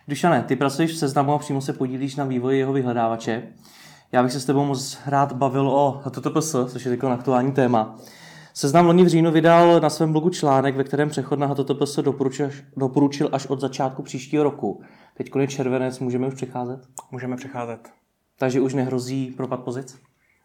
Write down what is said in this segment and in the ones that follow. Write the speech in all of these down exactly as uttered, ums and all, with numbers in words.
Dušane, ty pracuješ v Seznamu a přímo se podílíš na vývoji jeho vyhledávače. Já bych se s tebou moc rád bavil o H T T P S, což je takový aktuální téma. Seznam loni v říjnu vydal na svém blogu článek, ve kterém přechod na H T T P S doporučil, doporučil až od začátku příštího roku. Teď je červenec, můžeme už přecházet? Můžeme přecházet. Takže už nehrozí propad pozic?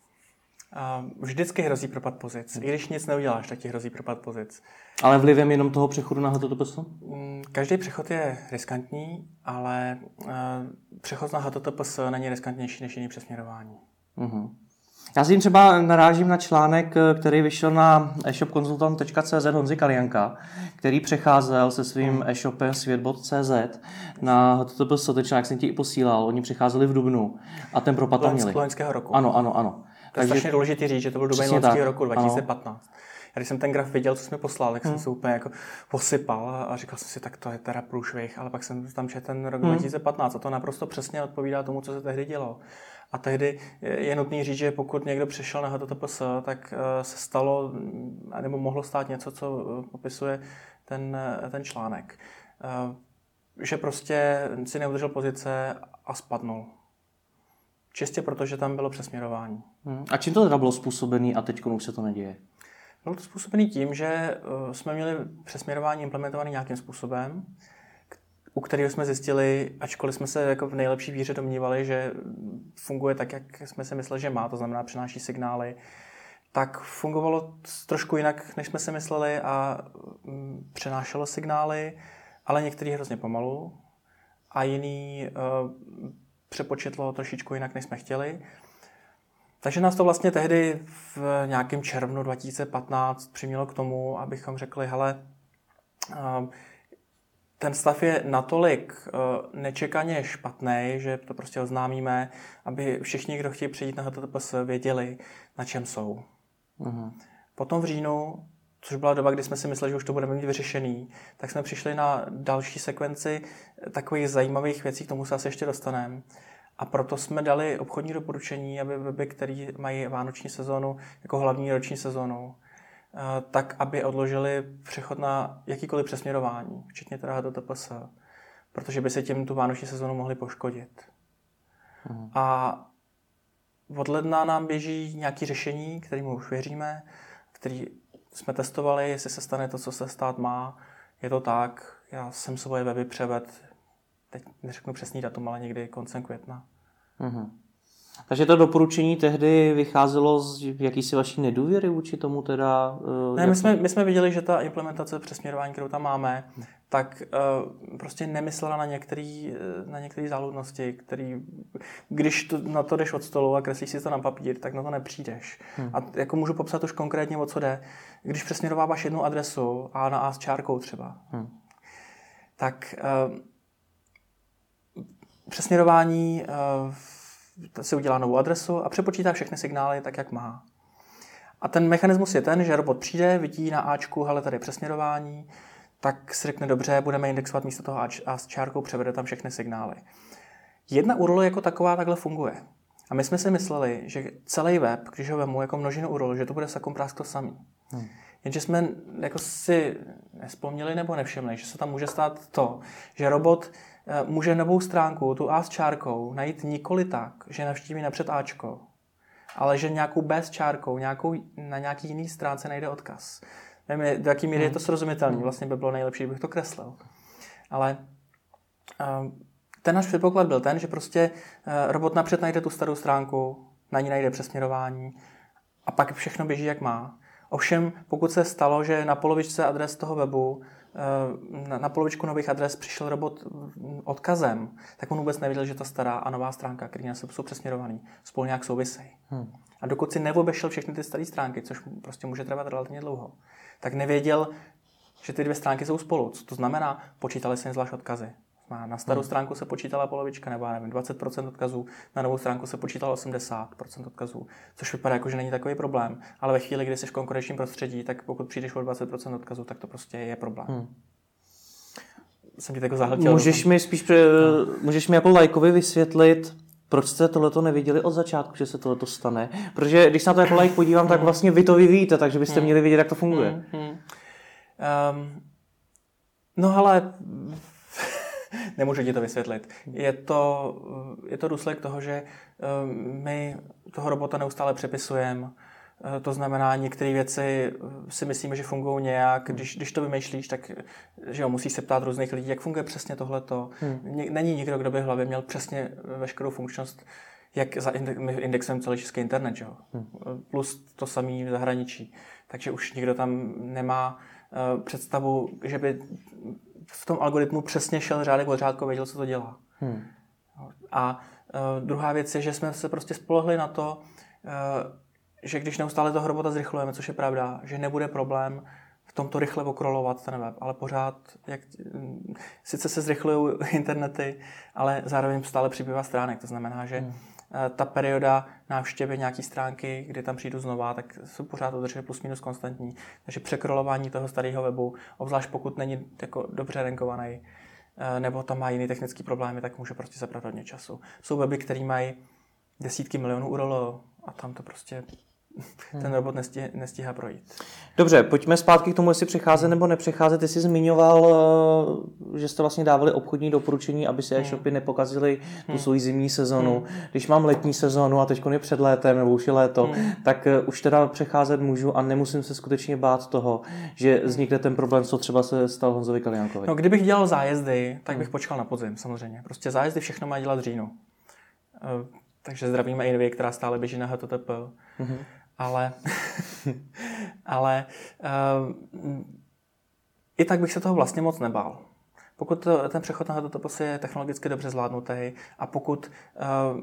Vždycky hrozí propad pozic. I když nic neuděláš, tak ti hrozí propad pozic. Ale vlivem jenom toho přechodu na H T T P S? Každý přechod je riskantní, ale přechod na H T T P S není riskantnější než jiný přesměrování. Uh-huh. Já si tím třeba narážím na článek, který vyšel na e-shop konzultant tečka cé zet Honzy Kalianka, který přecházel se svým e-shopem světbot tečka cé zet na H T T P S, ten článek jsem ti i posílal, oni přecházeli v dubnu a ten propad tam měli. Z loňského roku. Ano, ano, ano. To je strašně důležité říct, že to byl duben loňského roku dva tisíce patnáct. Ano. Já když jsem ten graf viděl, co jsme poslal, tak jsem hmm. se úplně jako posypal a říkal jsem si, tak to je teda průšvih, ale pak jsem tam četl ten rok hmm. dva tisíce patnáct a to naprosto přesně odpovídá tomu, co se tehdy dělo. A tehdy je nutné říct, že pokud někdo přešel na H T T P S, tak se stalo, nebo mohlo stát něco, co popisuje ten, ten článek. Že prostě si neudržel pozice a spadnul. Čistě proto, že tam bylo přesměrování. Hmm. A čím to teda bylo způsobený a teď už se to neděje? Bylo to způsobený tím, že jsme měli přesměrování implementované nějakým způsobem, u kterého jsme zjistili, ačkoliv jsme se jako v nejlepší víře domnívali, že funguje tak, jak jsme si mysleli, že má, to znamená přináší signály, tak fungovalo trošku jinak, než jsme si mysleli a přenášelo signály, ale některý hrozně pomalu a jiný uh, přepočetlo trošičku jinak, než jsme chtěli. Takže nás to vlastně tehdy v nějakém červnu dva tisíce patnáct přimělo k tomu, abychom řekli, hele, uh, ten stav je natolik uh, nečekaně špatný, že to prostě oznámíme, aby všichni, kdo chtějí přijít na H T T P S, věděli, na čem jsou. Uh-huh. Potom v říjnu, což byla doba, kdy jsme si mysleli, že už to budeme mít vyřešený, tak jsme přišli na další sekvenci takových zajímavých věcí, k tomu se asi ještě dostaneme. A proto jsme dali obchodní doporučení, aby weby, které mají vánoční sezónu jako hlavní roční sezónu, tak aby odložili přechod na jakýkoliv přesměrování, včetně teda H T T P S, protože by se tím tu vánoční sezónu mohli poškodit. Hmm. A od ledna nám běží nějaké řešení, kterému už věříme, který jsme testovali, jestli se stane to, co se stát má. Je to tak, já jsem svoje weby převedl, teď neřeknu přesný datum, ale někdy koncem května. Hmm. Takže to doporučení tehdy vycházelo z jakýsi vaší nedůvěry vůči tomu teda? Uh, ne, my jsme, my jsme viděli, že ta implementace přesměrování, kterou tam máme, tak uh, prostě nemyslela na některé na některé záludnosti, který, když to, na to jdeš od stolu a kreslíš si to na papír, tak na to nepřijdeš. Hmm. A jako můžu popsat už konkrétně, o co jde. Když přesměrováváš jednu adresu a na A s čárkou třeba, hmm. tak uh, přesměrování uh, si udělá novou adresu a přepočítá všechny signály tak, jak má. A ten mechanismus je ten, že robot přijde, vidí na Ačku, hele, tady je přesměrování, tak si řekne, dobře, budeme indexovat místo toho A s čárkou, převede tam všechny signály. Jedna U R L jako taková takhle funguje. A my jsme si mysleli, že celý web, když ho vemu jako množinu U R L, že to bude sakomprázk to samý. Hmm. Jenže jsme jako si nespomněli nebo nevšimli, že se tam může stát to, že robot může novou stránku, tu A s čárkou, najít nikoli tak, že navštíví napřed Ačko, ale že nějakou B s čárkou, nějakou, na nějaký jiný stránce najde odkaz. Nevím, do jaký míry je to srozumitelný, vlastně by bylo nejlepší, kdybych to kreslil. Ale uh, ten náš předpoklad byl ten, že prostě uh, robot napřed najde tu starou stránku, na ní najde přesměrování a pak všechno běží, jak má. Ovšem, pokud se stalo, že na polovičce adres toho webu Na, na polovičku nových adres přišel robot odkazem, tak on vůbec nevěděl, že ta stará a nová stránka, které jsou přesměrované, spolu nějak souvisejí. Hmm. A dokud si neobešel všechny ty staré stránky, což prostě může trvat relativně dlouho, tak nevěděl, že ty dvě stránky jsou spolu. Co to znamená? Počítali si zvlášť odkazy. Na starou hmm. stránku se počítala polovička, nebo nevím, dvacet procent odkazů, na novou stránku se počítalo osmdesát procent odkazů, což vypadá jako, že není takový problém. Ale ve chvíli, kdy jsi v konkurenčním prostředí, tak pokud přijdeš o dvacet procent odkazů, tak to prostě je problém. Hmm. Jsem ti tako zahltil. Můžeš mi spíš, pre... no. můžeš mi jako lajkovi vysvětlit, proč jste tohleto neviděli od začátku, že se tohleto stane? Protože když se na to jako like podívám, tak vlastně vy to vyvíjíte, takže byste hmm. měli vědět, jak to funguje. Hmm. Hmm. Um, no ale Nemůžu ti to vysvětlit. Je to, je to důsledek toho, že my toho robota neustále přepisujeme. To znamená, některé věci si myslíme, že fungují nějak. Když, když to vymýšlíš, tak že jo, musíš se ptát různých lidí, jak funguje přesně tohleto. Hmm. Není nikdo, kdo by v hlavě měl přesně veškerou funkčnost, jak za indexem celý český internet. Že jo? Hmm. Plus to samý v zahraničí. Takže už nikdo tam nemá uh, představu, že by v tom algoritmu přesně šel řádek od řádku a věděl, co to dělá. Hmm. A uh, druhá věc je, že jsme se prostě spolehli na to, uh, že když neustále toho robota zrychlujeme, což je pravda, že nebude problém v tomto rychle okrolovat ten web, ale pořád, jak, sice se zrychlují internety, ale zároveň stále přibývá stránek. To znamená, že hmm. ta perioda návštěvy nějaký stránky, kdy tam přijdu znova, tak jsou pořád udržuje plus minus konstantní. Takže překrolování toho starého webu, obzvlášť pokud není jako dobře rankovaný, nebo tam má jiný technický problémy, tak může prostě zabrat hodně času. Jsou weby, které mají desítky milionů U R L a tam to prostě ten robot nestihá, nestihá projít. Dobře, pojďme zpátky k tomu, jestli přecházet nebo nepřecházet. Ty jsi zmiňoval, že jste vlastně dávali obchodní doporučení, aby si e-shopy nepokazily tu svou zimní sezonu. Když mám letní sezonu a teď je před létem nebo už je léto, tak už teda přecházet můžu a nemusím se skutečně bát toho, že vznikne ten problém, co třeba se stal Honzovi Kaliánkovi. No, kdybych dělal zájezdy, tak bych počkal na podzim, samozřejmě. Prostě zájezdy všechno má dělat v říjnu. Takže zdravíme i vy, která stále běží na H T T P. Mm-hmm. Ale, ale uh, i tak bych se toho vlastně moc nebál. Pokud to, ten přechod na H T T P je technologicky dobře zvládnutý a pokud uh,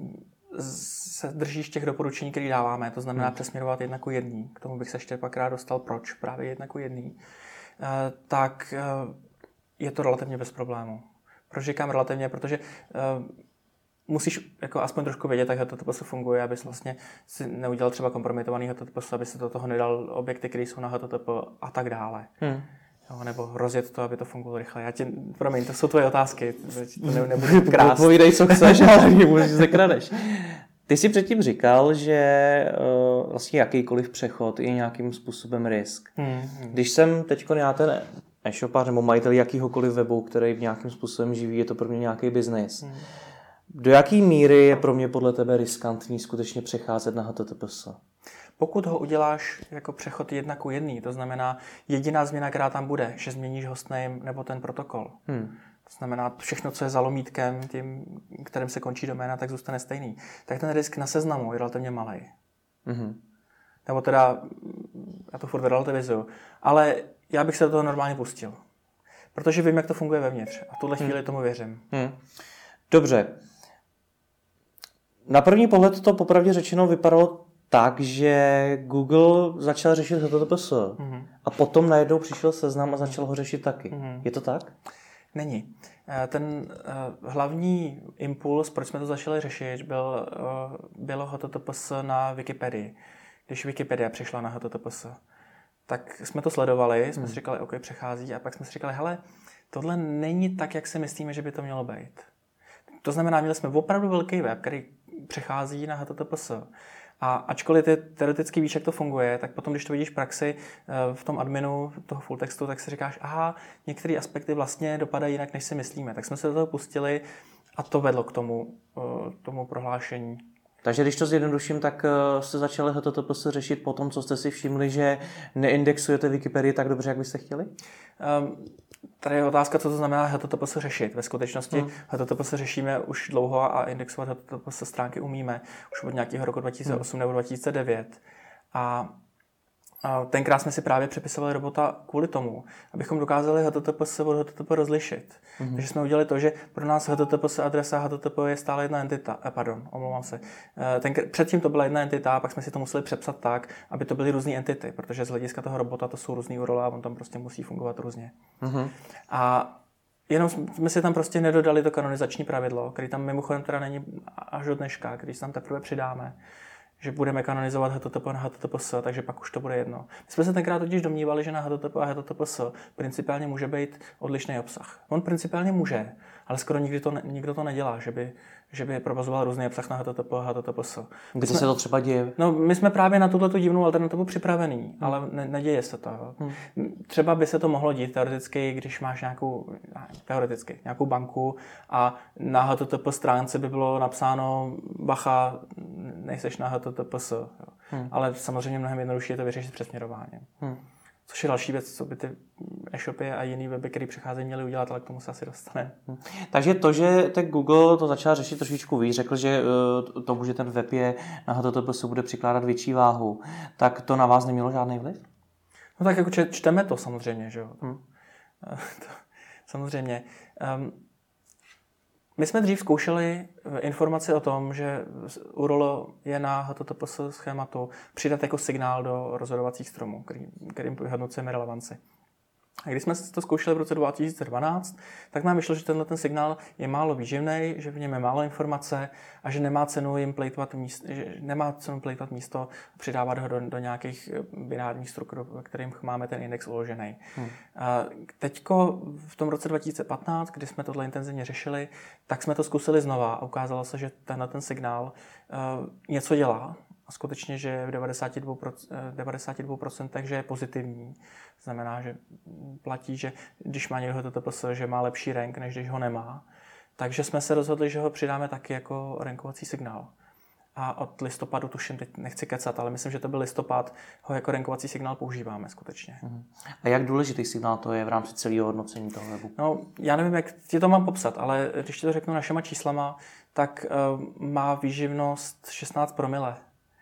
se držíš těch doporučení, které dáváme, to znamená hmm. přesměrovat jedna ku jedný, k tomu bych se ještě pak rád dostal, proč právě jedna ku jedný, uh, tak uh, je to relativně bez problému. Proč říkám relativně? Protože uh, musíš jako aspoň trošku vědět, jak H T T P S funguje, abys vlastně si neudělal třeba kompromitovaný H T T P S, aby si do toho nedal objekty, které jsou na H T T P a tak dále. Hmm. Jo, nebo rozjet to, aby to fungovalo rychle. Já ti, promiň, to jsou tvoje otázky, to ne, nebudu krást. Povídej, co chceš, ale nemůžeš se kradeš. Ty jsi předtím říkal, že uh, vlastně jakýkoliv přechod je nějakým způsobem risk. Hmm. Když jsem teď já ten e-shopář nebo majitel jakýhokoliv webu, který v nějakým způsobem živí, je to pro mě nějaký biznis. Hmm. Do jaké míry je pro mě podle tebe riskantní skutečně přecházet na H T T P S? Pokud ho uděláš jako přechod jedna ku jedný, to znamená jediná změna, která tam bude, že změníš hostname nebo ten protokol. Hmm. To znamená všechno, co je za lomítkem, tím, kterým se končí doména, tak zůstane stejný. Tak ten risk na seznamu je relativně malý. Hmm. Nebo teda, já to furt relativizuju, ale já bych se do toho normálně pustil. Protože vím, jak to funguje vevnitř a v tuhle chvíli hmm. tomu věřím. Hmm. Dobře. Na první pohled to popravdě řečeno vypadalo tak, že Google začal řešit H T T P S mm-hmm. a potom najednou přišel Seznam a začal ho řešit taky. Mm-hmm. Je to tak? Není. Ten hlavní impuls, proč jsme to začali řešit, byl, bylo H T T P S na Wikipedii. Když Wikipedia přišla na H T T P S, tak jsme to sledovali, jsme mm. si říkali, OK, přechází, a pak jsme si říkali, hele, tohle není tak, jak si myslíme, že by to mělo být. To znamená, měli jsme opravdu velký web, který přechází na H T T P S. A ačkoliv ty teoreticky víš, jak to funguje, tak potom, když to vidíš v praxi v tom adminu toho full textu, tak si říkáš, aha, některé aspekty vlastně dopadají jinak, než si myslíme. Tak jsme se do toho pustili a to vedlo k tomu, tomu prohlášení. Takže když to zjednoduším, tak jste začali H T T P S řešit po tom, co jste si všimli, že neindexujete Wikipedii tak dobře, jak byste chtěli? Um, Tady je otázka, co to znamená H T T P S řešit. Ve skutečnosti hmm. H T T P S řešíme už dlouho a indexovat H T T P S stránky umíme. Už od nějakého roku dva tisíce osm hmm. nebo dva tisíce devět. A, a tenkrát jsme si právě přepisovali robota kvůli tomu, abychom dokázali H T T P S od H T T P rozlišit. Hmm. Takže jsme udělali to, že pro nás H T T P S adresa H T T P je stále jedna entita. Eh, pardon, omlouvám se. Tenkrát, předtím to byla jedna entita, a pak jsme si to museli přepsat tak, aby to byly různé entity, protože z hlediska toho robota to jsou různý U R L a on tam prostě musí fungovat různě. Hmm. A jenom jsme si tam prostě nedodali to kanonizační pravidlo, který tam mimochodem teda není až do dneška, když tam teprve přidáme, že budeme kanonizovat H T T P na H T T P S, takže pak už to bude jedno. My jsme se tenkrát totiž domnívali, že na H T T P a H T T P S principiálně může být odlišný obsah. On principiálně může, ale skoro nikdy to ne, nikdo to nedělá, že by že by provozoval různý obsah na H T T P, H T T P S. Kde se to třeba děje? No, my jsme právě na tuto divnou alternativu připravení, hmm. ale ne, neděje se to. Hmm. Třeba by se to mohlo dít teoreticky, když máš nějakou, teoreticky, nějakou banku a na H T T P stránce by bylo napsáno bacha, nejseš na H T T P S. Hmm. Ale samozřejmě mnohem jednodušší je to vyřešit přesměrováním. Hmm. Což je další věc, co by ty e-shopy a jiný weby, které přicházejí, měly udělat, ale k tomu se asi dostaneme. Hmm. Takže to, že tak Google to začal řešit trošičku víc, řekl, že uh, tomu, že ten web je na H T T P S bude přikládat větší váhu, tak to na vás nemělo žádný vliv? No tak jako čteme to samozřejmě, že jo. Hmm. to, samozřejmě. Um, My jsme dřív zkoušeli informaci o tom, že U R L je na H T T P S schématu přidat jako signál do rozhodovacích stromů, který, kterým vyhodnocujeme relevanci. A když jsme to zkoušeli v roce dva tisíce dvanáct, tak nám vyšlo, že tenhle ten signál je málo výživný, že v něm je málo informace a že nemá cenu jim plejtvat místo, že nemá cenu plejtvat místo přidávat ho do, do nějakých binárních struktur, ve kterých máme ten index uložený. Hmm. Teďko v tom roce dva tisíce patnáct, kdy jsme tohle intenzivně řešili, tak jsme to zkusili znova a ukázalo se, že tenhle ten signál uh, něco dělá. A skutečně, že je v devadesát dva procent že je pozitivní. Znamená, že platí, že když má někdo H T T P S, že má lepší rank, než když ho nemá. Takže jsme se rozhodli, že ho přidáme taky jako rankovací signál. A od listopadu, tuším, teď nechci kecat, ale myslím, že to byl listopad, ho jako rankovací signál používáme skutečně. A jak důležitý signál to je v rámci celého hodnocení toho webu? No, já nevím, jak ti to mám popsat, ale když ti to řeknu našima číslama, tak uh, má výživnost šestnáct promile.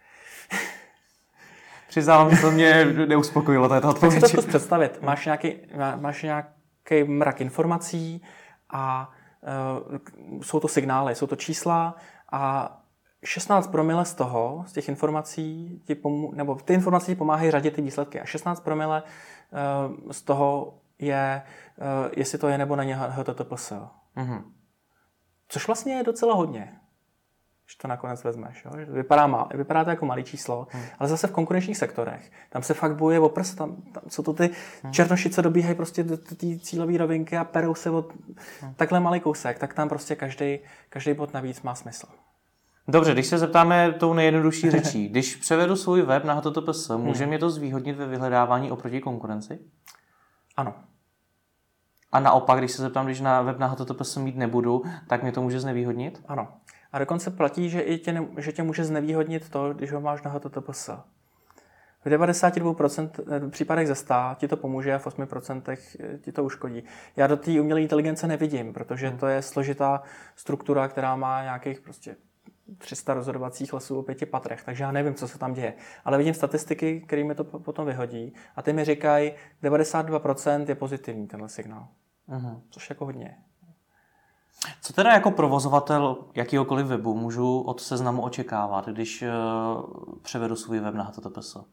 Přiznávám, že to mě neuspokojilo, to je ta odpověď. Tak si to zkus představit. Máš nějaký, máš nějaký mrak informací a uh, jsou to signály, jsou to čísla a šestnáct promile z toho, z těch informací, ti pomů- nebo ty informace ti pomáhají řadit ty výsledky a šestnáct promile uh, z toho je, uh, jestli to je nebo není H T T P S. Mm-hmm. Což vlastně je docela hodně. Když to nakonec vezmeš. Jo? Vypadá, mal, vypadá to jako malé číslo, hmm. ale zase v konkurenčních sektorech. Tam se fakt bojuje o prst, tam, tam jsou to ty hmm. černoši, co dobíhají prostě do té cílové rovinky a perou se od hmm. takhle malý kousek, tak tam prostě každý, každý bod navíc má smysl. Dobře, když se zeptáme tou nejjednodušší řečí, když převedu svůj web na H T T P S, může hmm. mě to zvýhodnit ve vyhledávání oproti konkurenci? Ano. A naopak, když se zeptám, když na web na H T T P S mít nebudu, tak mě to může znevýhodnit? Ano. A dokonce platí, že, i tě, ne, že tě může znevýhodnit to, když ho máš na H T T P S. V devadesát dva procent případech ze sto ti to pomůže a v osm procent ti to uškodí. Já do té umělé inteligence nevidím, protože to je složitá struktura, která má nějakých prostě tři sta rozhodovacích lesů o pěti patrech, takže já nevím, co se tam děje. Ale vidím statistiky, které mi to potom vyhodí a ty mi říkají, devadesát dva procent je pozitivní tenhle signál. Uh-huh. Což jako hodně. Co teda jako provozovatel jakýhokoliv webu můžu od Seznamu očekávat, když uh, převedu svůj web na H T T P S?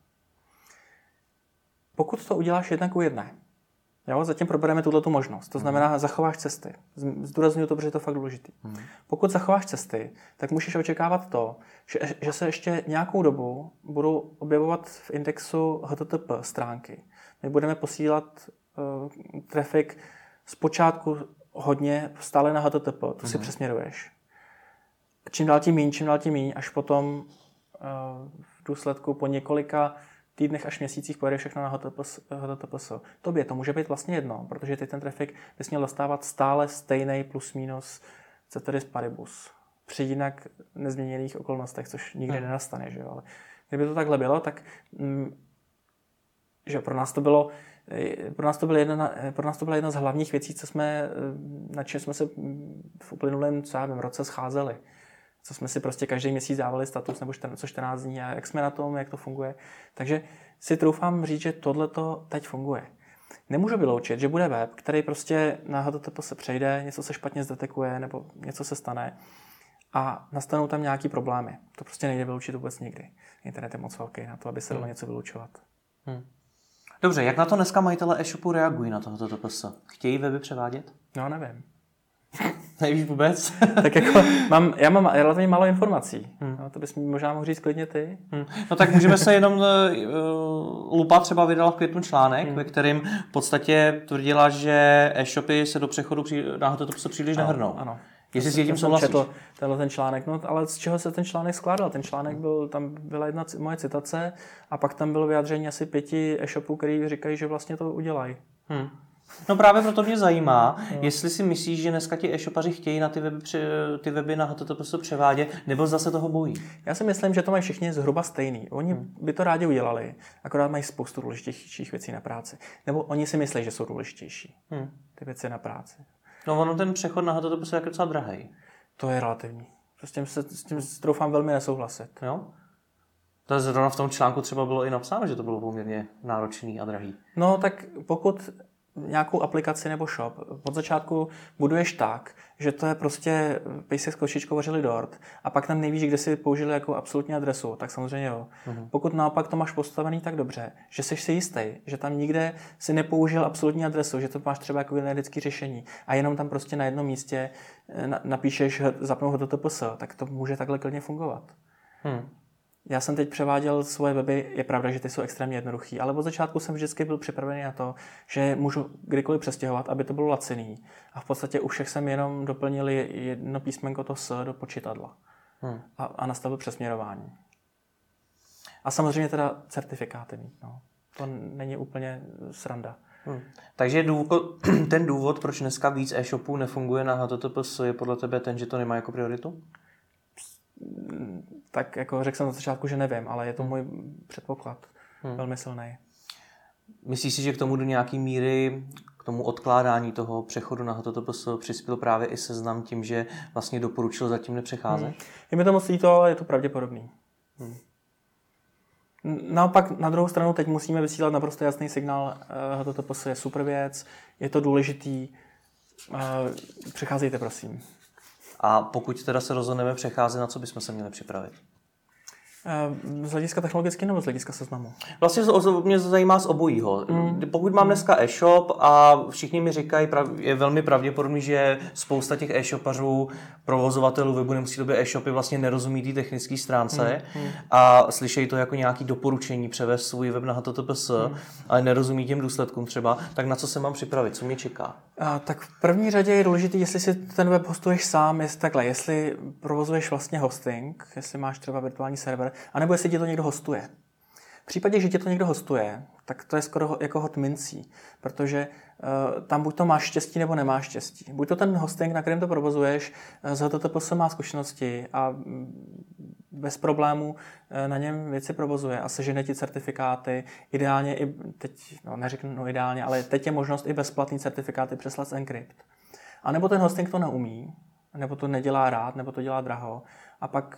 Pokud to uděláš jedna ku jedné, jo, zatím probereme tuto možnost. To znamená, hmm. zachováš cesty. Zdůraznuju to, protože je to fakt důležitý. Hmm. Pokud zachováš cesty, tak můžeš očekávat to, že, že se ještě nějakou dobu budou objevovat v indexu H T T P stránky. My budeme posílat uh, trafik zpočátku hodně stále na H T T P, to mm-hmm. si přesměruješ. Čím dál tím míň, čím dál tím míň, až potom uh, v důsledku po několika týdnech až měsících pojede všechno na H T T P S. Tobě to může být vlastně jedno, protože ty ten trafik bys měl dostávat stále stejný plus minus ceteris paribus. Při jinak nezměněných okolnostech, což nikdy mm. nenastane. Že? Ale kdyby to takhle bylo, tak mm, že pro nás to bylo Pro nás, to byla jedna, pro nás to byla jedna z hlavních věcí, co jsme, na čem jsme se v uplynulém co já vím, roce scházeli. Co jsme si prostě každý měsíc dávali status nebo co čtrnáct dní a jak jsme na tom, jak to funguje. Takže si troufám říct, že tohle to teď funguje. Nemůžu vyloučit, že bude web, který prostě na H T T P se přejde, něco se špatně zdetekuje nebo něco se stane a nastanou tam nějaký problémy. To prostě nejde vyloučit vůbec nikdy. Internet je moc velký na to, aby se dalo hmm. něco vylučovat. Hmm. Dobře, jak na to dneska majitele e-shopu reagují na tohoto T P S? Chtějí weby převádět? No, nevím. Nevíš vůbec? Tak jako, mám, já mám relativně málo informací. Hmm. No, to bys mi možná mohl říct klidně ty. Hmm. No tak můžeme se jenom... Uh, Lupa třeba vydala v květnu článek, hmm. ve kterým v podstatě tvrdila, že e-shopy se do přechodu při, na H T T P S příliš ano, nehrnou. Ano. Jestli s tím jsem souhlasíš. četl tenhle ten článek, no ale z čeho se ten článek skládal? Ten článek byl, tam byla jedna c- moje citace a pak tam bylo vyjádření asi pěti e-shopů, který říkají, že vlastně to udělají. Hmm. No právě proto mě zajímá, no. jestli si myslíš, že dneska ti e-shopaři chtějí na ty weby, ty weby na H T T P S převádět, nebo zase toho bojí? Já si myslím, že to mají všichni zhruba stejný. Oni hmm. by to rádi udělali, akorát mají spoustu důležitějších věcí na práci. Nebo oni si myslí, že jsou důležitější hmm. ty věci na práci. No ono ten přechod na H T T P S je docela drahý. To je relativní. S tím se s tím troufám velmi nesouhlasit. Jo? To je zrovna v tom článku třeba bylo i napsáno, že to bylo poměrně náročný a drahý. No tak pokud nějakou aplikaci nebo shop od začátku buduješ tak, že to je prostě pejsek s kočičkou vařili dort a pak tam nevíš, kde si použili jako absolutní adresu, tak samozřejmě jo. Uh-huh. Pokud naopak to máš postavený tak dobře, že jsi si jistý, že tam nikde si nepoužil absolutní adresu, že to máš třeba jako generické řešení a jenom tam prostě na jednom místě napíšeš zapnout H T T P S, tak to může takhle klidně fungovat. Hmm. Já jsem teď převáděl svoje weby, je pravda, že ty jsou extrémně jednoduchý, ale od začátku jsem vždycky byl připravený na to, že můžu kdykoliv přestěhovat, aby to bylo laciný. A v podstatě u všech jsem jenom doplnil jedno písmenko to S do počítadla. Hmm. A, a nastavil přesměrování. A samozřejmě teda certifikáty mít. No. To není úplně sranda. Hmm. Takže důvod, ten důvod, proč dneska víc e-shopů nefunguje na H T T P S, je podle tebe ten, že to nemá jako prioritu? Tak jako řekl jsem na začátku, že nevím, ale je to můj předpoklad hmm. velmi silný. Myslíš si, že k tomu do nějaký míry, k tomu odkládání toho přechodu na H T T P S přispěl právě i Seznam tím, že vlastně doporučil zatím nepřecházet? Hmm. Je mi to moc líto, ale je to pravděpodobný. Hmm. Naopak na druhou stranu teď musíme vysílat naprosto jasný signál. H T T P S je super věc, je to důležitý. Přecházejte, prosím. A pokud teda se rozhodneme přecházet, na co bychom se měli připravit? Z hlediska technologického nebo z hlediska Seznamu? Vlastně mě zajímá z obojího. Mm. Pokud mám dneska e-shop a všichni mi říkají, je velmi pravděpodobný, že spousta těch e-shopařů, provozovatelů webu nemusí době e-shopy vlastně nerozumí té technické stránce mm. a slyšejí to jako nějaké doporučení převést svůj web na H T T P S, mm. ale nerozumí těm důsledkům třeba, tak na co se mám připravit, co mě čeká? A, tak v první řadě je důležité, jestli si ten web hostuješ sám, jestli takhle, jestli provozuješ vlastně hosting, jestli máš třeba virtuální server, anebo jestli tě to někdo hostuje. V případě, že tě to někdo hostuje, tak to je skoro jako hod mincí, protože uh, tam buď to máš štěstí, nebo nemáš štěstí. Buď to ten hosting, na kterém to provozuješ, z H T T P S má zkušenosti a bez problémů na něm věci provozuje a sežene ti certifikáty. Ideálně i teď, no neřeknu no ideálně, ale teď je možnost i bezplatný certifikáty přes Let's Encrypt. A nebo ten hosting to neumí, nebo to nedělá rád, nebo to dělá draho a pak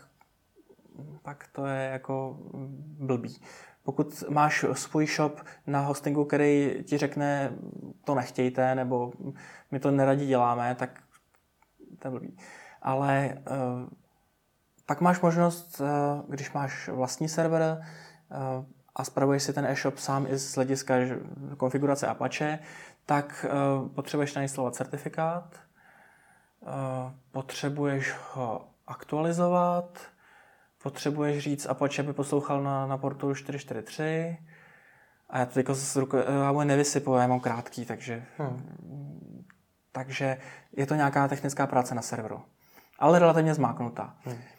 pak to je jako blbý. Pokud máš svůj shop na hostingu, který ti řekne, to nechtějte, nebo my to neradi děláme, tak to je blbý. Ale uh, pak máš možnost, uh, když máš vlastní server uh, a spravuješ si ten e-shop sám i z hlediska konfigurace Apache, tak uh, potřebuješ nainstalovat certifikát, uh, potřebuješ ho aktualizovat, potřebuješ říct Apache, aby poslouchal na, na portu čtyři čtyři tři a já to teďko z ruku, já mu nevysypuji, já mám krátký, takže, hmm. takže je to nějaká technická práce na serveru. Ale relativně zmáknutá.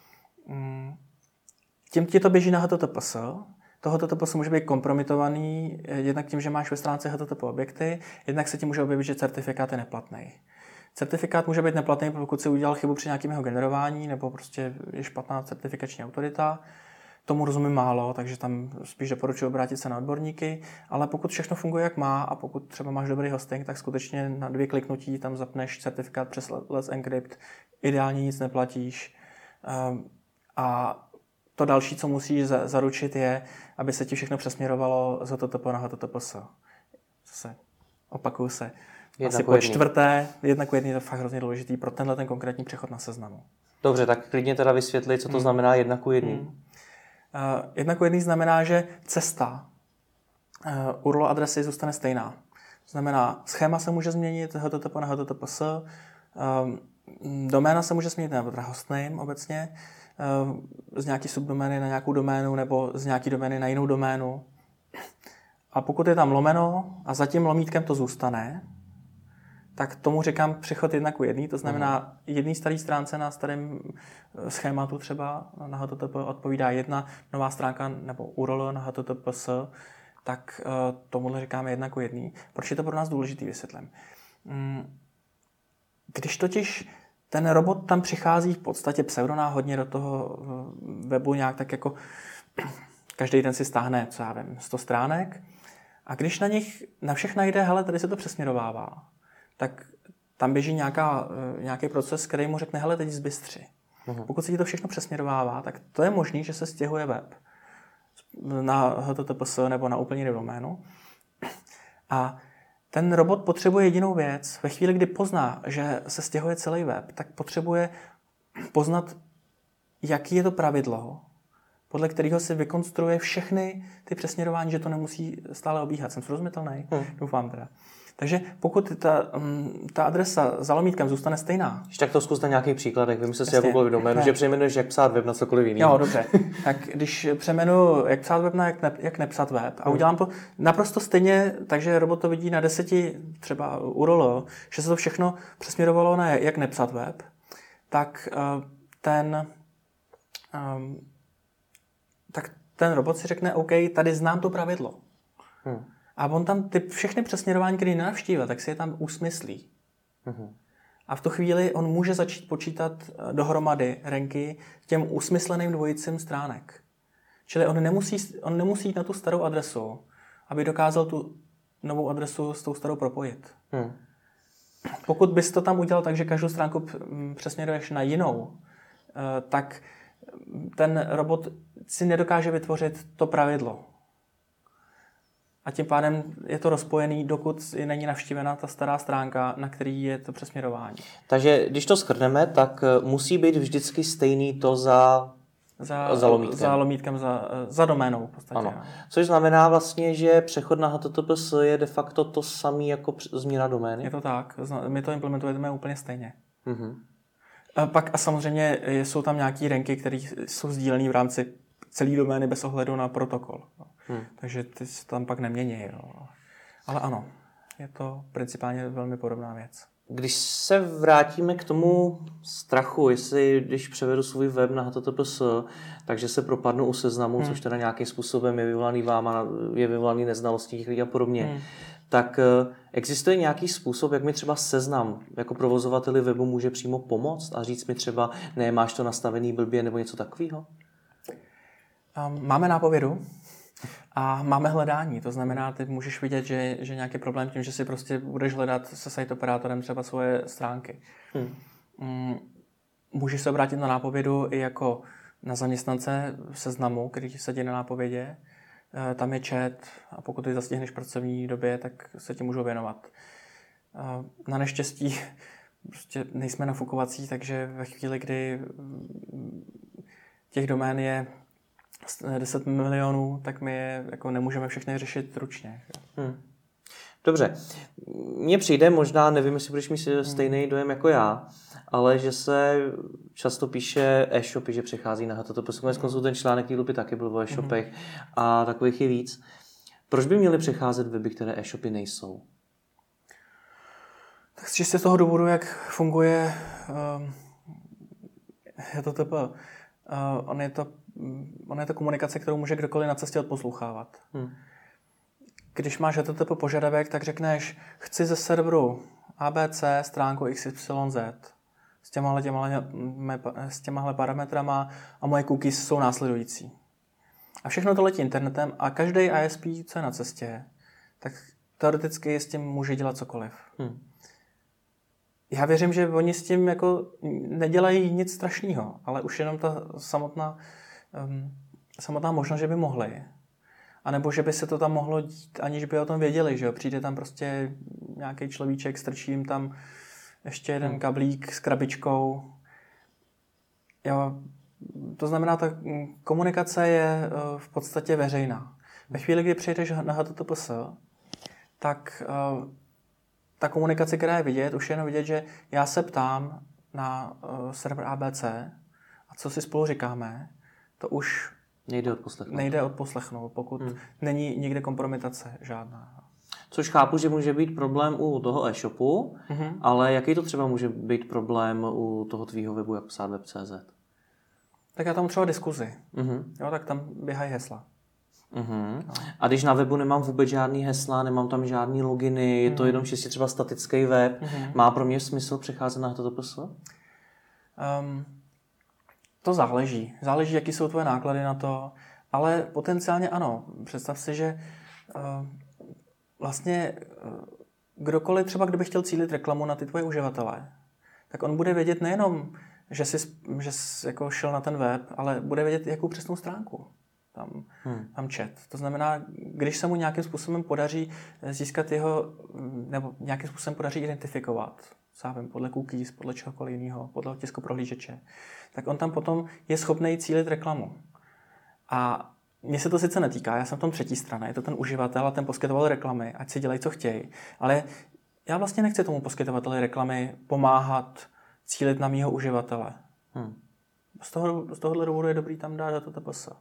Hmm. Tím ti to běží na H T T P S. To H T T P S může být kompromitovaný jednak tím, že máš ve stránce H T T P objekty, jednak se ti může objevit, že certifikát je neplatný. Certifikát může být neplatný, pokud si udělal chybu při nějakém jeho generování, nebo prostě je špatná certifikační autorita. Tomu rozumím málo, takže tam spíš doporučuji obrátit se na odborníky, ale pokud všechno funguje jak má a pokud třeba máš dobrý hosting, tak skutečně na dvě kliknutí tam zapneš certifikát přes Let's Encrypt, ideálně nic neplatíš. A to další, co musíš zaručit, je, aby se ti všechno přesměrovalo z H T T P na H T T P S. Zase opakuju se. Jedna Asi po jedný. čtvrté, jedna ku jedný je to fakt hrozně důležitý pro tenhle ten konkrétní přechod na Seznamu. Dobře, tak klidně teda vysvětli, co to hmm. znamená jedna ku jedný. Hmm. Uh, jedna ku jedný znamená, že cesta uh, U R L adresy zůstane stejná. To znamená, schéma se může změnit H T T P na H T T P S, um, doména se může změnit, nebo teda hostname obecně, uh, z nějaký subdomény na nějakou doménu, nebo z nějaký domény na jinou doménu. A pokud je tam lomeno a za tím lomítkem to zůstane, tak tomu říkám přechod jedna ku jedný, to znamená uh-huh. jedný starý stránce na starém schématu třeba na H T T P odpovídá jedna nová stránka nebo U R L na H T T P S, tak uh, tomuhle říkáme jedna ku jedný. Proč je to pro nás důležitý, vysvětlím. Mm, když totiž ten robot tam přichází v podstatě pseudonáhodně do toho webu nějak tak jako každý den si stáhne, co já vím, sto stránek a když na nich na všech najde, hele, tady se to přesměrovává, tak tam běží nějaká, nějaký proces, který mu řekne, hele, teď zbystři. Uhum. Pokud se ti to všechno přesměrovává, tak to je možný, že se stěhuje web na H T T P S nebo na úplně jinou doménu. A ten robot potřebuje jedinou věc. Ve chvíli, kdy pozná, že se stěhuje celý web, tak potřebuje poznat, jaký je to pravidlo, podle kterého se vykonstruuje všechny ty přesměrování, že to nemusí stále obíhat. Jsem srozumitelný? Hmm. Doufám teda. Takže pokud ta, ta adresa za lomítkem zůstane stejná. Tak to zkus na nějakých příkladech. Vymysl si jakoukoliv doménu, že přejmenuješ, jak psát web na cokoliv jiný. Jo, dobře. Tak když přejmenuji, jak psát web na jak, ne, jak nepsat web a udělám to naprosto stejně, takže robot to vidí na deseti třeba U R L, že se to všechno přesměrovalo na jak nepsat web, tak ten, tak ten robot si řekne, OK, tady znám to pravidlo. Hmm. A on tam ty všechny přesměrování, které nenavštívil, tak si je tam usmyslí. Uh-huh. A v tu chvíli on může začít počítat dohromady ranky těm usmysleným dvojicím stránek. Čili on nemusí, on nemusí jít na tu starou adresu, aby dokázal tu novou adresu s tou starou propojit. Uh-huh. Pokud bys to tam udělal tak, že každou stránku přesměruješ na jinou, tak ten robot si nedokáže vytvořit to pravidlo. A tím pádem je to rozpojený, dokud není navštívena ta stará stránka, na který je to přesměrování. Takže když to shrneme, tak musí být vždycky stejný to za, za, za lomítkem. Za lomítkem, za, za doménou v podstatě. Ano. Což znamená vlastně, že přechod na H T T P S je de facto to samé jako změna domény? Je to tak. My to implementujeme úplně stejně. Mm-hmm. A pak a samozřejmě jsou tam nějaké ranky, které jsou sdílené v rámci celý domény bez ohledu na protokol. Hmm. Takže ty se tam pak nemění. Jo. Ale ano, je to principálně velmi podobná věc. Když se vrátíme k tomu strachu, jestli když převedu svůj web na H T T P S, takže se propadnu u seznamu, hmm. což teda nějakým způsobem je vyvolaný váma, je vyvolaný neznalostí těch lidí a podobně, hmm. tak existuje nějaký způsob, jak mi třeba seznam jako provozovateli webu může přímo pomoct a říct mi třeba, ne, máš to nastavený blbě nebo něco takového? Um, máme nápovědu a máme hledání. To znamená, ty můžeš vidět, že, že nějaký problém tím, že si prostě budeš hledat se site operátorem třeba svoje stránky. Hmm. Um, můžeš se obrátit na nápovědu i jako na zaměstnance seznamu, který sedí na nápovědě. Uh, tam je chat a pokud ty zastihneš v pracovní době, tak se ti můžou věnovat. Uh, na neštěstí prostě nejsme nafukovací, takže ve chvíli, kdy těch domén je deset milionů, tak my je, jako nemůžeme všechny řešit ručně. Hmm. Dobře. Mně přijde, možná, nevím, jestli budeš mít stejný dojem jako já, ale že se často píše e-shopy, že přechází na H T T P S. Konec konců ten článek Týlupy taky byl o e-shopech hmm. a takových je víc. Proč by měly přecházet weby, které e-shopy nejsou? Tak čistě z toho důvodu, jak funguje um, H T T P. Uh, on je to Ona je to komunikace, kterou může kdokoliv na cestě odposlouchávat. Hmm. Když máš H T T P požadavek, tak řekneš, chci ze serveru A B C stránku X Y Z s těmahle, těmahle, s těmahle parametrama a moje cookies jsou následující. A všechno to letí internetem a každý I S P, co je na cestě, tak teoreticky s tím může dělat cokoliv. Hmm. Já věřím, že oni s tím jako nedělají nic strašného, ale už jenom ta samotná Um, samotná možnost, že by mohli. A nebo že by se to tam mohlo dít, aniž by o tom věděli, že jo? Přijde tam prostě nějaký človíček, strčí jim tam ještě jeden hmm. kablík s krabičkou. Jo, to znamená, ta komunikace je uh, v podstatě veřejná. Ve chvíli, kdy přijdeš na H T T P S, tak uh, ta komunikace, která je vidět, už je jenom vidět, že já se ptám na uh, server A B C a co si spolu říkáme, to už nejde odposlechnout. Nejde odposlechnout, pokud hmm. není nikde kompromitace žádná. Což chápu, že může být problém u toho e-shopu, mm-hmm. ale jaký to třeba může být problém u toho tvýho webu, jak psát web tečka cé zet? Tak já tam třeba diskuzi. Mm-hmm. Jo, tak tam běhají hesla. Mm-hmm. No. A když na webu nemám vůbec žádný hesla, nemám tam žádný loginy, je to mm-hmm. jenom čistě třeba statický web, mm-hmm. má pro mě smysl přecházet na H T T P S? Um, to záleží. Záleží, jaký jsou tvoje náklady na to, ale potenciálně ano. Představ si, že uh, vlastně uh, kdokoliv třeba, kdyby chtěl cílit reklamu na ty tvoje uživatele, tak on bude vědět nejenom, že jsi, že jsi jako šel na ten web, ale bude vědět, jakou přesnou stránku tam, hmm. tam čet. To znamená, když se mu nějakým způsobem podaří získat jeho, nebo nějakým způsobem podaří identifikovat, sám podle cookies, podle čehokoliv jiného, podle tiskoprohlížeče, tak on tam potom je schopný cílit reklamu. A mně se to sice netýká, já jsem v tom třetí strana, je to ten uživatel a ten poskytovatel reklamy, ať si dělají, co chtějí, ale já vlastně nechci tomu poskytovateli reklamy pomáhat cílit na mýho uživatele. Hmm. Z toho, z tohohle důvodu je dobrý tam dát H T T P S.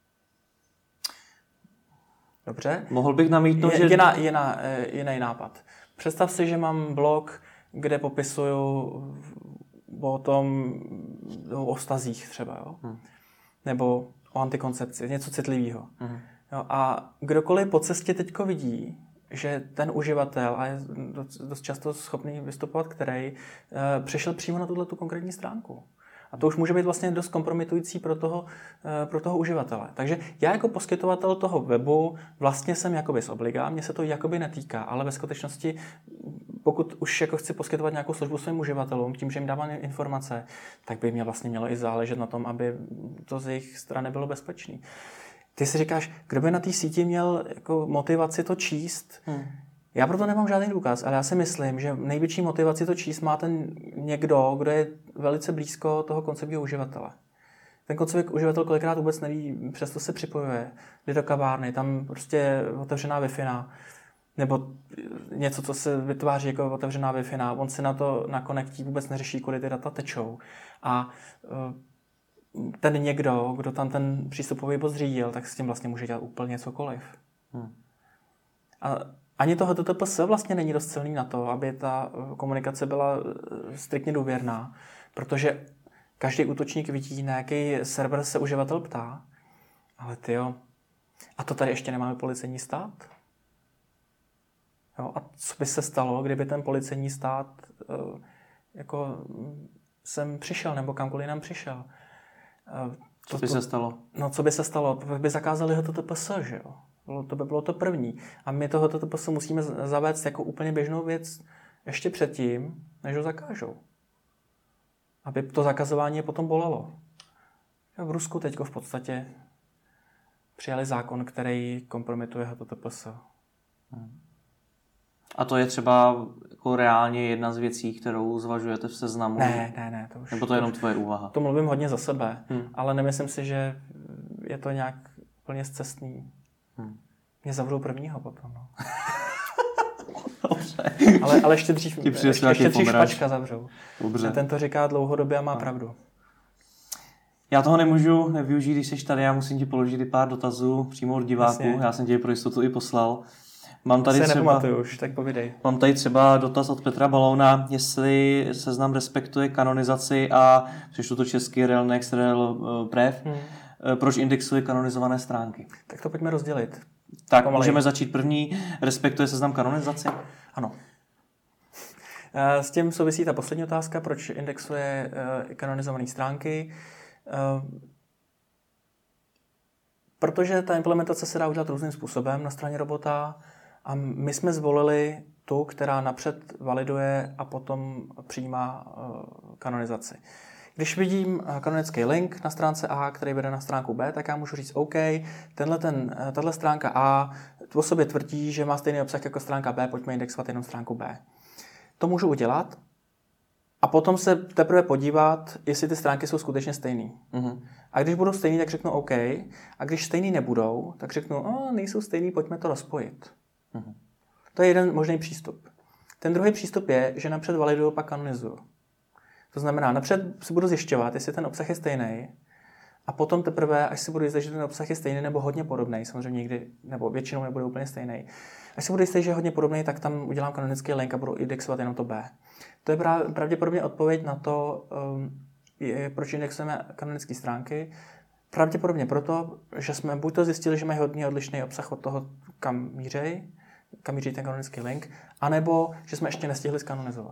Dobře? Mohl bych namítnout, je, že... Jiná, jiná, jiný nápad. Představ si, že mám blog, kde popisuju o tom, o vztazích třeba, jo? Hmm. Nebo o antikoncepci, něco citlivého. Hmm. Jo, a kdokoliv po cestě teďko vidí, že ten uživatel, a je dost, dost často schopný vystupovat, který e, přišel přímo na tuto konkrétní stránku. A to už může být vlastně dost kompromitující pro toho, e, pro toho uživatele. Takže já jako poskytovatel toho webu vlastně jsem jakoby z obliga, mně se to jakoby netýká, ale ve skutečnosti, pokud už jako chci poskytovat nějakou službu svým uživatelům, tím, že jim dávám informace, tak by mě vlastně mělo i záležet na tom, aby to z jejich strany bylo bezpečné. Ty si říkáš, kdo by na té síti měl jako motivaci to číst? Hmm. Já proto nemám žádný důkaz, ale já si myslím, že největší motivaci to číst má ten někdo, kdo je velice blízko toho koncového uživatele. Ten koncový uživatel kolikrát vůbec neví, přesto se připojuje, jde do kavárny, tam prostě otevřená Wi-Fi, nebo něco, co se vytváří jako otevřená Wi-Fi, on si na to na konektí vůbec neřeší, kudy ty data tečou. A ten někdo, kdo tam ten přístupový bod zřídil, tak s tím vlastně může dělat úplně cokoliv. Hmm. A ani to H T T P S vlastně není dost silný na to, aby ta komunikace byla striktně důvěrná, protože každý útočník vidí, na jaký server se uživatel ptá, ale tyjo, a to tady ještě nemáme policejní stát. Jo, a co by se stalo, kdyby ten policejní stát uh, jako sem přišel, nebo kamkoliv nám přišel? Co by se stalo? No, co by se stalo? To by zakázali H T T P S, že jo? To by bylo to první. A my to H T T P S musíme zavést jako úplně běžnou věc ještě předtím, než ho zakážou. Aby to zakazování je potom bolelo. V Rusku teďko v podstatě přijali zákon, který kompromituje H T T P S. Hmm. A to je třeba jako reálně jedna z věcí, kterou zvažujete v seznamu? Ne, ne, ne. To už, Nebo to je jenom tvoje úvaha? To mluvím hodně za sebe, hmm. ale nemyslím si, že je to nějak úplně zcestný. Hmm. Mě zavřou prvního potom. No. Dobře. Ale, ale ještě dřív, ještě, ještě dřív špačka zavřou. Dobře. Ten to říká dlouhodobě a má no. pravdu. Já toho nemůžu nevyužít, když jsi tady, já musím ti položit i pár dotazů přímo od diváků. Jasně. Já jsem ti pro jistotu i poslal. Mám tady, třeba, už, tak povídej. mám tady třeba dotaz od Petra Balouna, jestli seznam respektuje kanonizaci a přečtu to česky rel next rel prev, hmm. proč indexuje kanonizované stránky. Tak to pojďme rozdělit. Tak Pomalej. Můžeme začít první. Respektuje seznam kanonizaci? Ano. S tím souvisí ta poslední otázka, proč indexuje kanonizované stránky. Protože ta implementace se dá udělat různým způsobem na straně robota a my jsme zvolili tu, která napřed validuje a potom přijímá kanonizaci. Když vidím kanonický link na stránce A, který vede na stránku B, tak já můžu říct OK, tenhle ten, tato stránka A o sobě tvrdí, že má stejný obsah jako stránka B, pojďme indexovat jenom stránku B. To můžu udělat a potom se teprve podívat, jestli ty stránky jsou skutečně stejný. Mm-hmm. A když budou stejný, tak řeknu OK. A když stejný nebudou, tak řeknu, o, nejsou stejný, pojďme to rozpojit. Mm-hmm. To je jeden možný přístup. Ten druhý přístup je, že napřed validuju, pak kanonizuju. To znamená, napřed si budu zjišťovat, jestli ten obsah je stejný a potom teprve, až si budu jistý, že ten obsah je stejný nebo hodně podobný, samozřejmě někdy, nebo většinou nebude úplně stejný. Až si budu jistý, že je hodně podobný, tak tam udělám kanonický link a budu indexovat jenom to B. To je pravděpodobně odpověď na to, um, je, proč indexujeme kanonické stránky. Pravděpodobně proto, že jsme buď to zjistili, že mají hodně odlišný obsah od toho, kam míří, kam míří ten kanonický link, anebo že jsme ještě nestihli skanonizovat.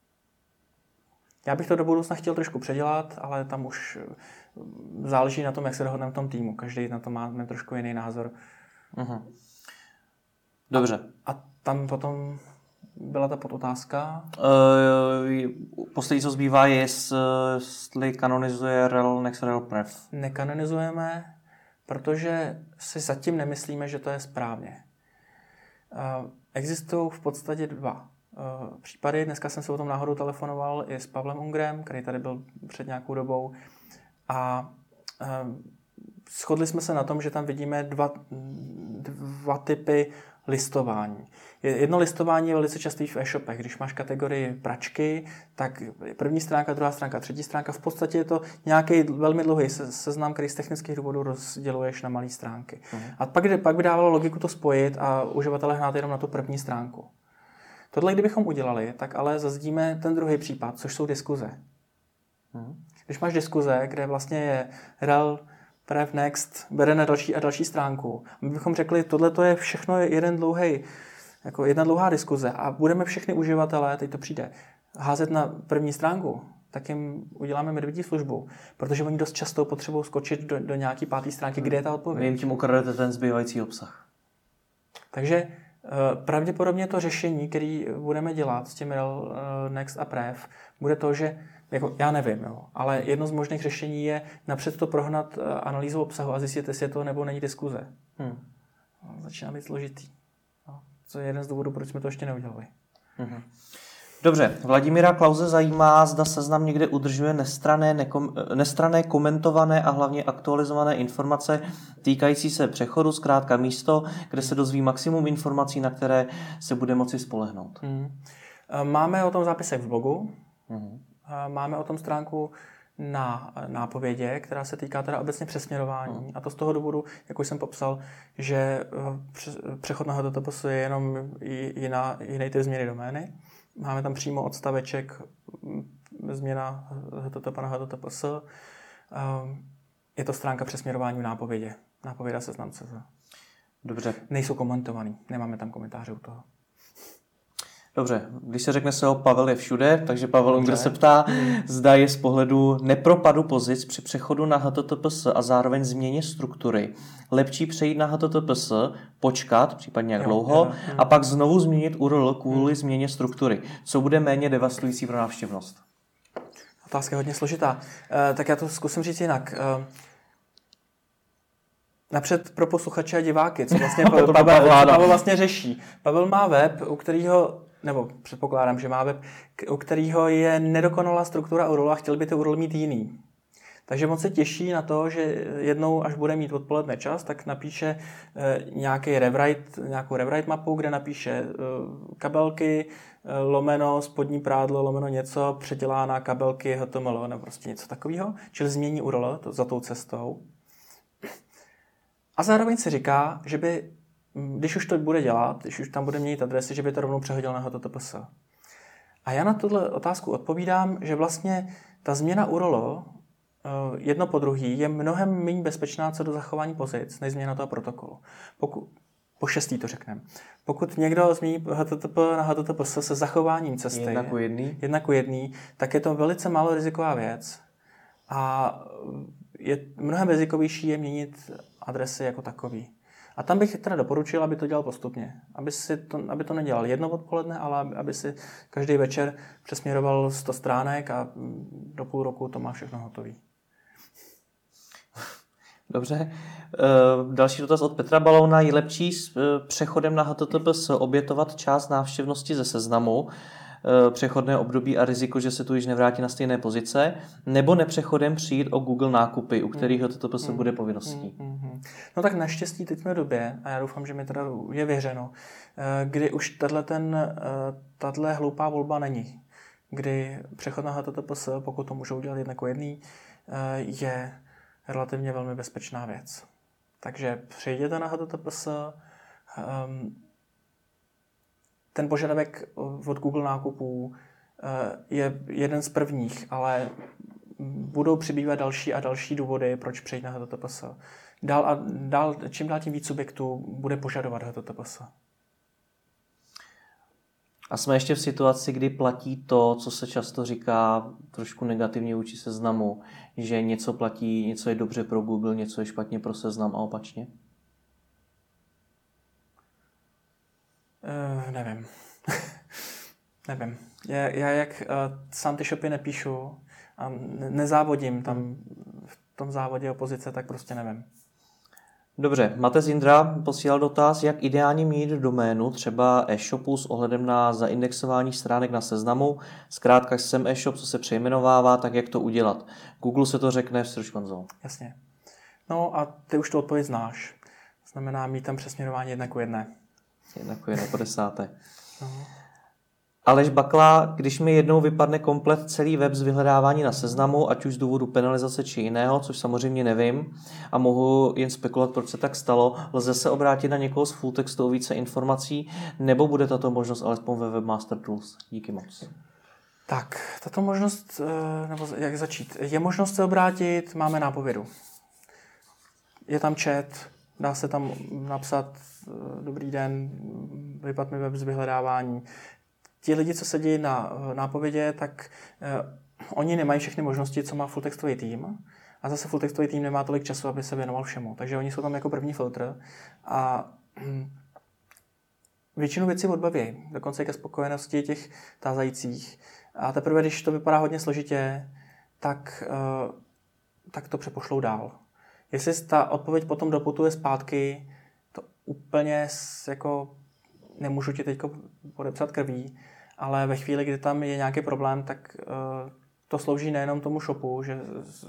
Já bych to do budoucna chtěl trošku předělat, ale tam už záleží na tom, jak se dohodneme v tom týmu. Každý na to má trošku jiný názor. Uh-huh. Dobře. A, a tam potom byla ta podotázka? Uh, poslední, co zbývá, je, jestli kanonizuje rel next rel pref. Nekanonizujeme, protože si zatím nemyslíme, že to je správně. Uh, existují v podstatě dva uh, případy. Dneska jsem se o tom náhodou telefonoval i s Pavlem Ungrem, který tady byl před nějakou dobou. A uh, shodli jsme se na tom, že tam vidíme dva, dva typy listování. Jedno listování je velice častý v e-shopech. Když máš kategorii pračky, tak první stránka, druhá stránka, třetí stránka. V podstatě je to nějaký velmi dlouhý seznam, který z technických důvodů rozděluješ na malé stránky. Uh-huh. A pak, pak by dávalo logiku to spojit a uživatelé hnát jenom na tu první stránku. Tohle, kdybychom udělali, tak ale zazdíme ten druhý případ, což jsou diskuze. Uh-huh. Když máš diskuze, kde vlastně je rel, pref, next, bere na další a další stránku. My bychom řekli, tohle to je všechno jeden dlouhý, jako jedna dlouhá diskuze a budeme všechny uživatelé, teď to přijde, házet na první stránku, tak jim uděláme medvědí službu, protože oni dost často potřebují skočit do, do nějaké páté stránky, kde je ta odpověď. Vy jim tím ukradete ten zbývající obsah. Takže pravděpodobně to řešení, které budeme dělat s tím rel, next a pref, bude to, že jako, já nevím, jo, ale jedno z možných řešení je napřed to prohnat analýzou obsahu a zjistit, jestli je to nebo není diskuze. Hmm. Začíná být složitý. No, to je jeden z důvodů, proč jsme to ještě neudělali. Hmm. Dobře, Vladimíra Klause zajímá, zda seznam někde udržuje nestranné, nekom, nestranné komentované a hlavně aktualizované informace týkající se přechodu, zkrátka místo, kde se dozví maximum informací, na které se bude moci spolehnout. Hmm. Máme o tom zápisek v blogu. Hmm. Máme o tom stránku na nápovědě, která se týká teda obecně přesměrování. Hmm. A to z toho důvodu, jak už jsem popsal, že přechod na H T T P S je jenom jiná, jiný typ změny domény. Máme tam přímo odstaveček změna H T T P na H T T P S. Je to stránka přesměrování v nápovědě. Nápověda seznam C Z. Dobře. Nejsou komentovaný. Nemáme tam komentáře u toho. Dobře, když se řekne se ho, Pavel je všude, takže Pavel Unger se ptá, zda je z pohledu nepropadu pozic při přechodu na H T T P S a zároveň změně struktury lepší přejít na H T T P S, počkat, případně jak jo, dlouho, jo, jo. a pak znovu změnit U R L kvůli hmm. změně struktury. Co bude méně devastující pro návštěvnost? Otázka je hodně složitá. E, tak já to zkusím říct jinak. E, Napřed pro posluchače a diváky, co vlastně Pavel, Pavel vlastně řeší. Pavel má web, u kterého, nebo předpokládám, že má web, u kterého je nedokonalá struktura U R L a chtěl by ty U R L mít jiný. Takže on se těší na to, že jednou, až bude mít odpoledne čas, tak napíše e, nějaký rewrite, nějakou rewrite mapu, kde napíše e, kabelky, e, lomeno, spodní prádlo, lomeno něco, předělá na kabelky H T M L, nebo prostě něco takového, čili změní U R L to, za tou cestou. A zároveň si říká, že by, když už to bude dělat, když už tam bude měnit adresy, že by to rovnou přehodil na H T T P S. A já na tuhle otázku odpovídám, že vlastně ta změna U R L jedno po druhý je mnohem méně bezpečná co do zachování pozic, než změna toho protokolu. Pokud, po šestý to řekneme. Pokud někdo změní H T T P na H T T P S se zachováním cesty, jedna ku jedný. jedna ku jedný, tak je to velice málo riziková věc. A je mnohem rizikovější je měnit adresy jako takový. A tam bych teda doporučil, aby to dělal postupně. Aby, si to, aby to nedělal jedno odpoledne, ale aby si každý večer přesměroval sto stránek a do půl roku to má všechno hotový. Dobře. Další dotaz od Petra Balouna. Je lepší s přechodem na H T T P S obětovat část návštěvnosti ze seznamu, přechodné období a riziko, že se tu již nevrátí na stejné pozice, nebo nepřechodem přijít o Google nákupy, u kterých H T T P S bude povinností? No tak naštěstí teď jsme v době, a já doufám, že mi teda je věřeno, kdy už tato hloupá volba není. Kdy přechod na H T T P S, pokud to můžou dělat jedna ku jedný, je relativně velmi bezpečná věc. Takže přejděte na H T T P S. Um, ten požadavek od Google nákupů uh, je jeden z prvních, ale budou přibývat další a další důvody, proč přejít na H T T P S. Dál a dál, čím dál tím víc subjektů bude požadovat H T T P S. A jsme ještě v situaci, kdy platí to, co se často říká trošku negativně vůči Seznamu, že něco platí, něco je dobře pro Google, něco je špatně pro Seznam a opačně? Uh, nevím. nevím. Já, já jak uh, sám ty shopy nepíšu a nezávodím tam v tom závodě opozice, tak prostě nevím. Dobře, Matez Indra posílal dotaz, jak ideálně mít doménu třeba e-shopu s ohledem na zaindexování stránek na Seznamu. Zkrátka jsem e-shop, co se přejmenovává, tak jak to udělat. Google se to řekne v Search Console. Jasně. No a ty už tu odpověď znáš. To znamená mít tam přesměrování jedna ku jedné. Jedna ku jedné po desáté. No. Aleš Bakla, když mi jednou vypadne komplet celý web z vyhledávání na Seznamu, ať už z důvodu penalizace či jiného, což samozřejmě nevím a mohu jen spekulovat, proč se tak stalo, lze se obrátit na někoho z fulltextu o více informací, nebo bude tato možnost alespoň ve Webmaster Tools? Díky moc. Tak, tato možnost, nebo jak začít? Je možnost se obrátit, máme nápovědu. Je tam chat, dá se tam napsat dobrý den, vypad mi web z vyhledávání. Ti lidi, co sedí na nápovědě, tak eh, oni nemají všechny možnosti, co má fulltextový tým. A zase fulltextový tým nemá tolik času, aby se věnoval všemu. Takže oni jsou tam jako první filtr a hm, většinu věcí odbaví. Dokonce i ke spokojenosti těch tázajících. A teprve, když to vypadá hodně složitě, tak, eh, tak to přepošlou dál. Jestli ta odpověď potom doputuje zpátky, to úplně jako nemůžu ti teď podepsat krví, ale ve chvíli, kdy tam je nějaký problém, tak uh, to slouží nejenom tomu shopu, že,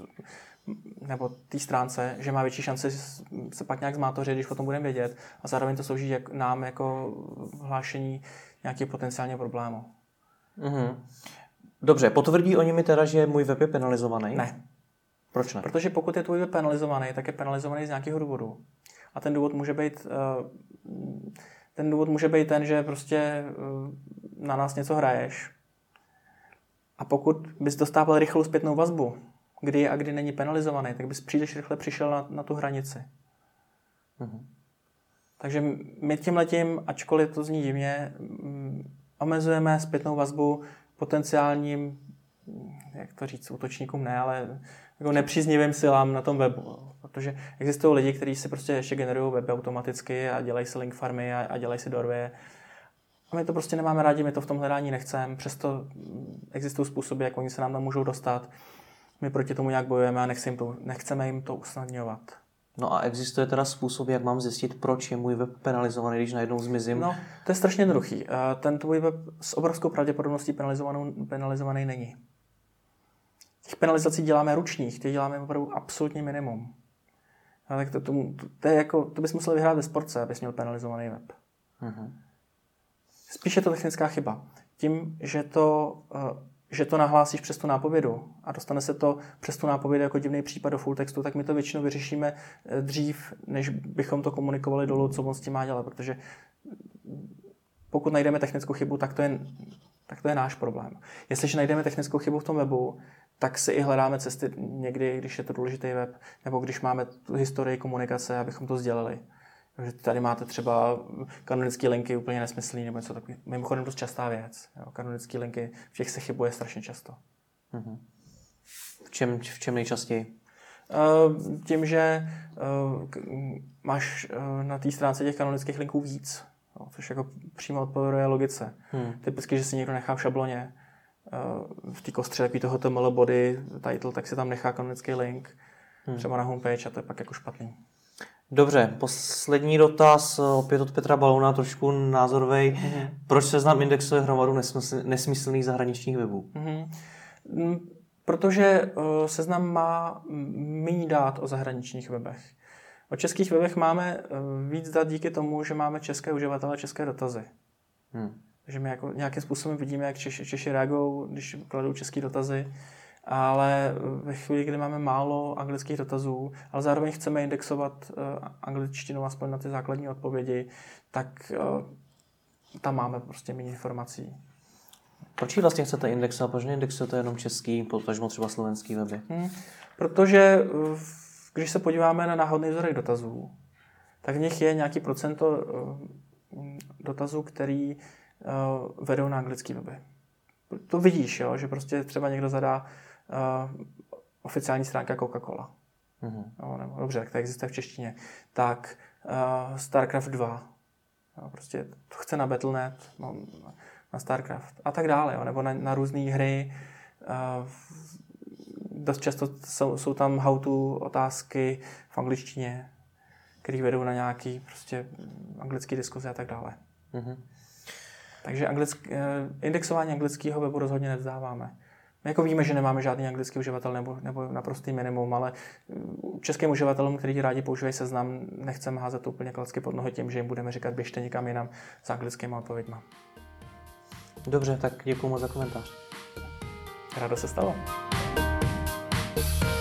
nebo té stránce, že má větší šanci se pak nějak zmátořit, když o tom budeme vědět, a zároveň to slouží jak, nám jako hlášení nějakého potenciálního problému. Mm-hmm. Dobře, potvrdí oni mi teda, že můj web je penalizovaný? Ne. Proč ne? Protože pokud je tvůj web penalizovaný, tak je penalizovaný z nějakého důvodu. A ten důvod může být uh, ten důvod může být ten, že prostě uh, na nás něco hraješ. A pokud bys dostával rychlou zpětnou vazbu, kdy je a kdy není penalizovaný, tak bys příliš rychle přišel na, na tu hranici. Mm-hmm. Takže my tímhletím, ačkoliv to zní divně, um, omezujeme zpětnou vazbu potenciálním, jak to říct, útočníkům ne, ale jako nepříznivým silám na tom webu. Protože existují lidi, kteří si prostě ještě generují weby automaticky a dělají si link farmy a, a dělají si doorwaye. A my to prostě nemáme rádi, my to v tom hledání nechceme, přesto existují způsoby, jak oni se nám tam můžou dostat. My proti tomu nějak bojujeme a nechceme jim to, nechceme jim to usnadňovat. No a existuje teda způsob, jak mám zjistit, proč je můj web penalizovaný, když najednou zmizím? No, to je strašně jednoduchý. Ten tvůj web s obrovskou pravděpodobností penalizovaný není. Těch penalizací děláme ručních, těch děláme opravdu absolutně minimum. A tak to, to, to, je jako, to bys musel vyhrát ve sportce, abys měl penalizovaný web. Mm-hmm. Spíš je to technická chyba. Tím, že to, že to nahlásíš přes tu nápovědu a dostane se to přes tu nápovědu jako divný případ do fulltextu, tak my to většinou vyřešíme dřív, než bychom to komunikovali dolů, co on s tím má dělat, protože pokud najdeme technickou chybu, tak to je, tak to je náš problém. Jestliže najdeme technickou chybu v tom webu, tak si i hledáme cesty někdy, když je to důležitý web, nebo když máme tu historii komunikace, abychom to sdělili. Takže tady máte třeba kanonické linky úplně nesmyslný, nebo něco takového. Mimochodem dost častá věc. Kanonické linky, v těch se chybuje strašně často. Mm-hmm. V čem, v čem nejčastěji? Uh, tím, že uh, k, máš uh, na té stránce těch kanonických linků víc, no, což jako přímo odpověduje logice. Hmm. Typicky, že si někdo nechá v šabloně uh, v té kostře takový toho H T M L body title, tak si tam nechá kanonický link hmm. třeba na homepage a to je pak jako špatný. Dobře, poslední dotaz, opět od Petra Balouna, trošku názorovej. Mm-hmm. Proč Seznam indexuje hromadu nesmysl, nesmyslných zahraničních webů? Mm-hmm. Protože uh, Seznam má méně dát o zahraničních webech. O českých webech máme uh, víc dat díky tomu, že máme české uživatele, české dotazy. Hmm. Takže my jako nějakým způsobem vidíme, jak Češi, Češi reagují, když kladou české dotazy. ale ve chvíli, kdy máme málo anglických dotazů, ale zároveň chceme indexovat angličtinu aspoň na ty základní odpovědi, tak tam máme prostě méně informací. Proč ji vlastně chcete indexovat? Proč neindexujete jenom český, potažmo třeba slovenský weby? Hmm, protože když se podíváme na náhodný vzorek dotazů, tak v nich je nějaký procento dotazů, který vedou na anglický weby. To vidíš, jo, že prostě třeba někdo zadá uh, oficiální stránka Coca-Cola. Mm-hmm. No, nebo, dobře, tak to existuje v češtině. Tak uh, StarCraft dva. Jo, prostě to chce na Battle tečka net, no, na StarCraft a tak dále. Jo, nebo na, na různé hry. Uh, dost často jsou, jsou tam how-to otázky v angličtině, které vedou na nějaký prostě anglický diskuze a tak dále. Mm-hmm. Takže anglick, indexování anglického webu rozhodně nevzdáváme. My jako víme, že nemáme žádný anglický uživatel nebo, nebo naprostý minimum, ale českým uživatelům, kteří rádi používají Seznam, nechceme házet úplně klacky pod nohy tím, že jim budeme říkat, běžte někam jinam s anglickými odpověďma. Dobře, tak děkuju moc za komentář. Rádo se stalo.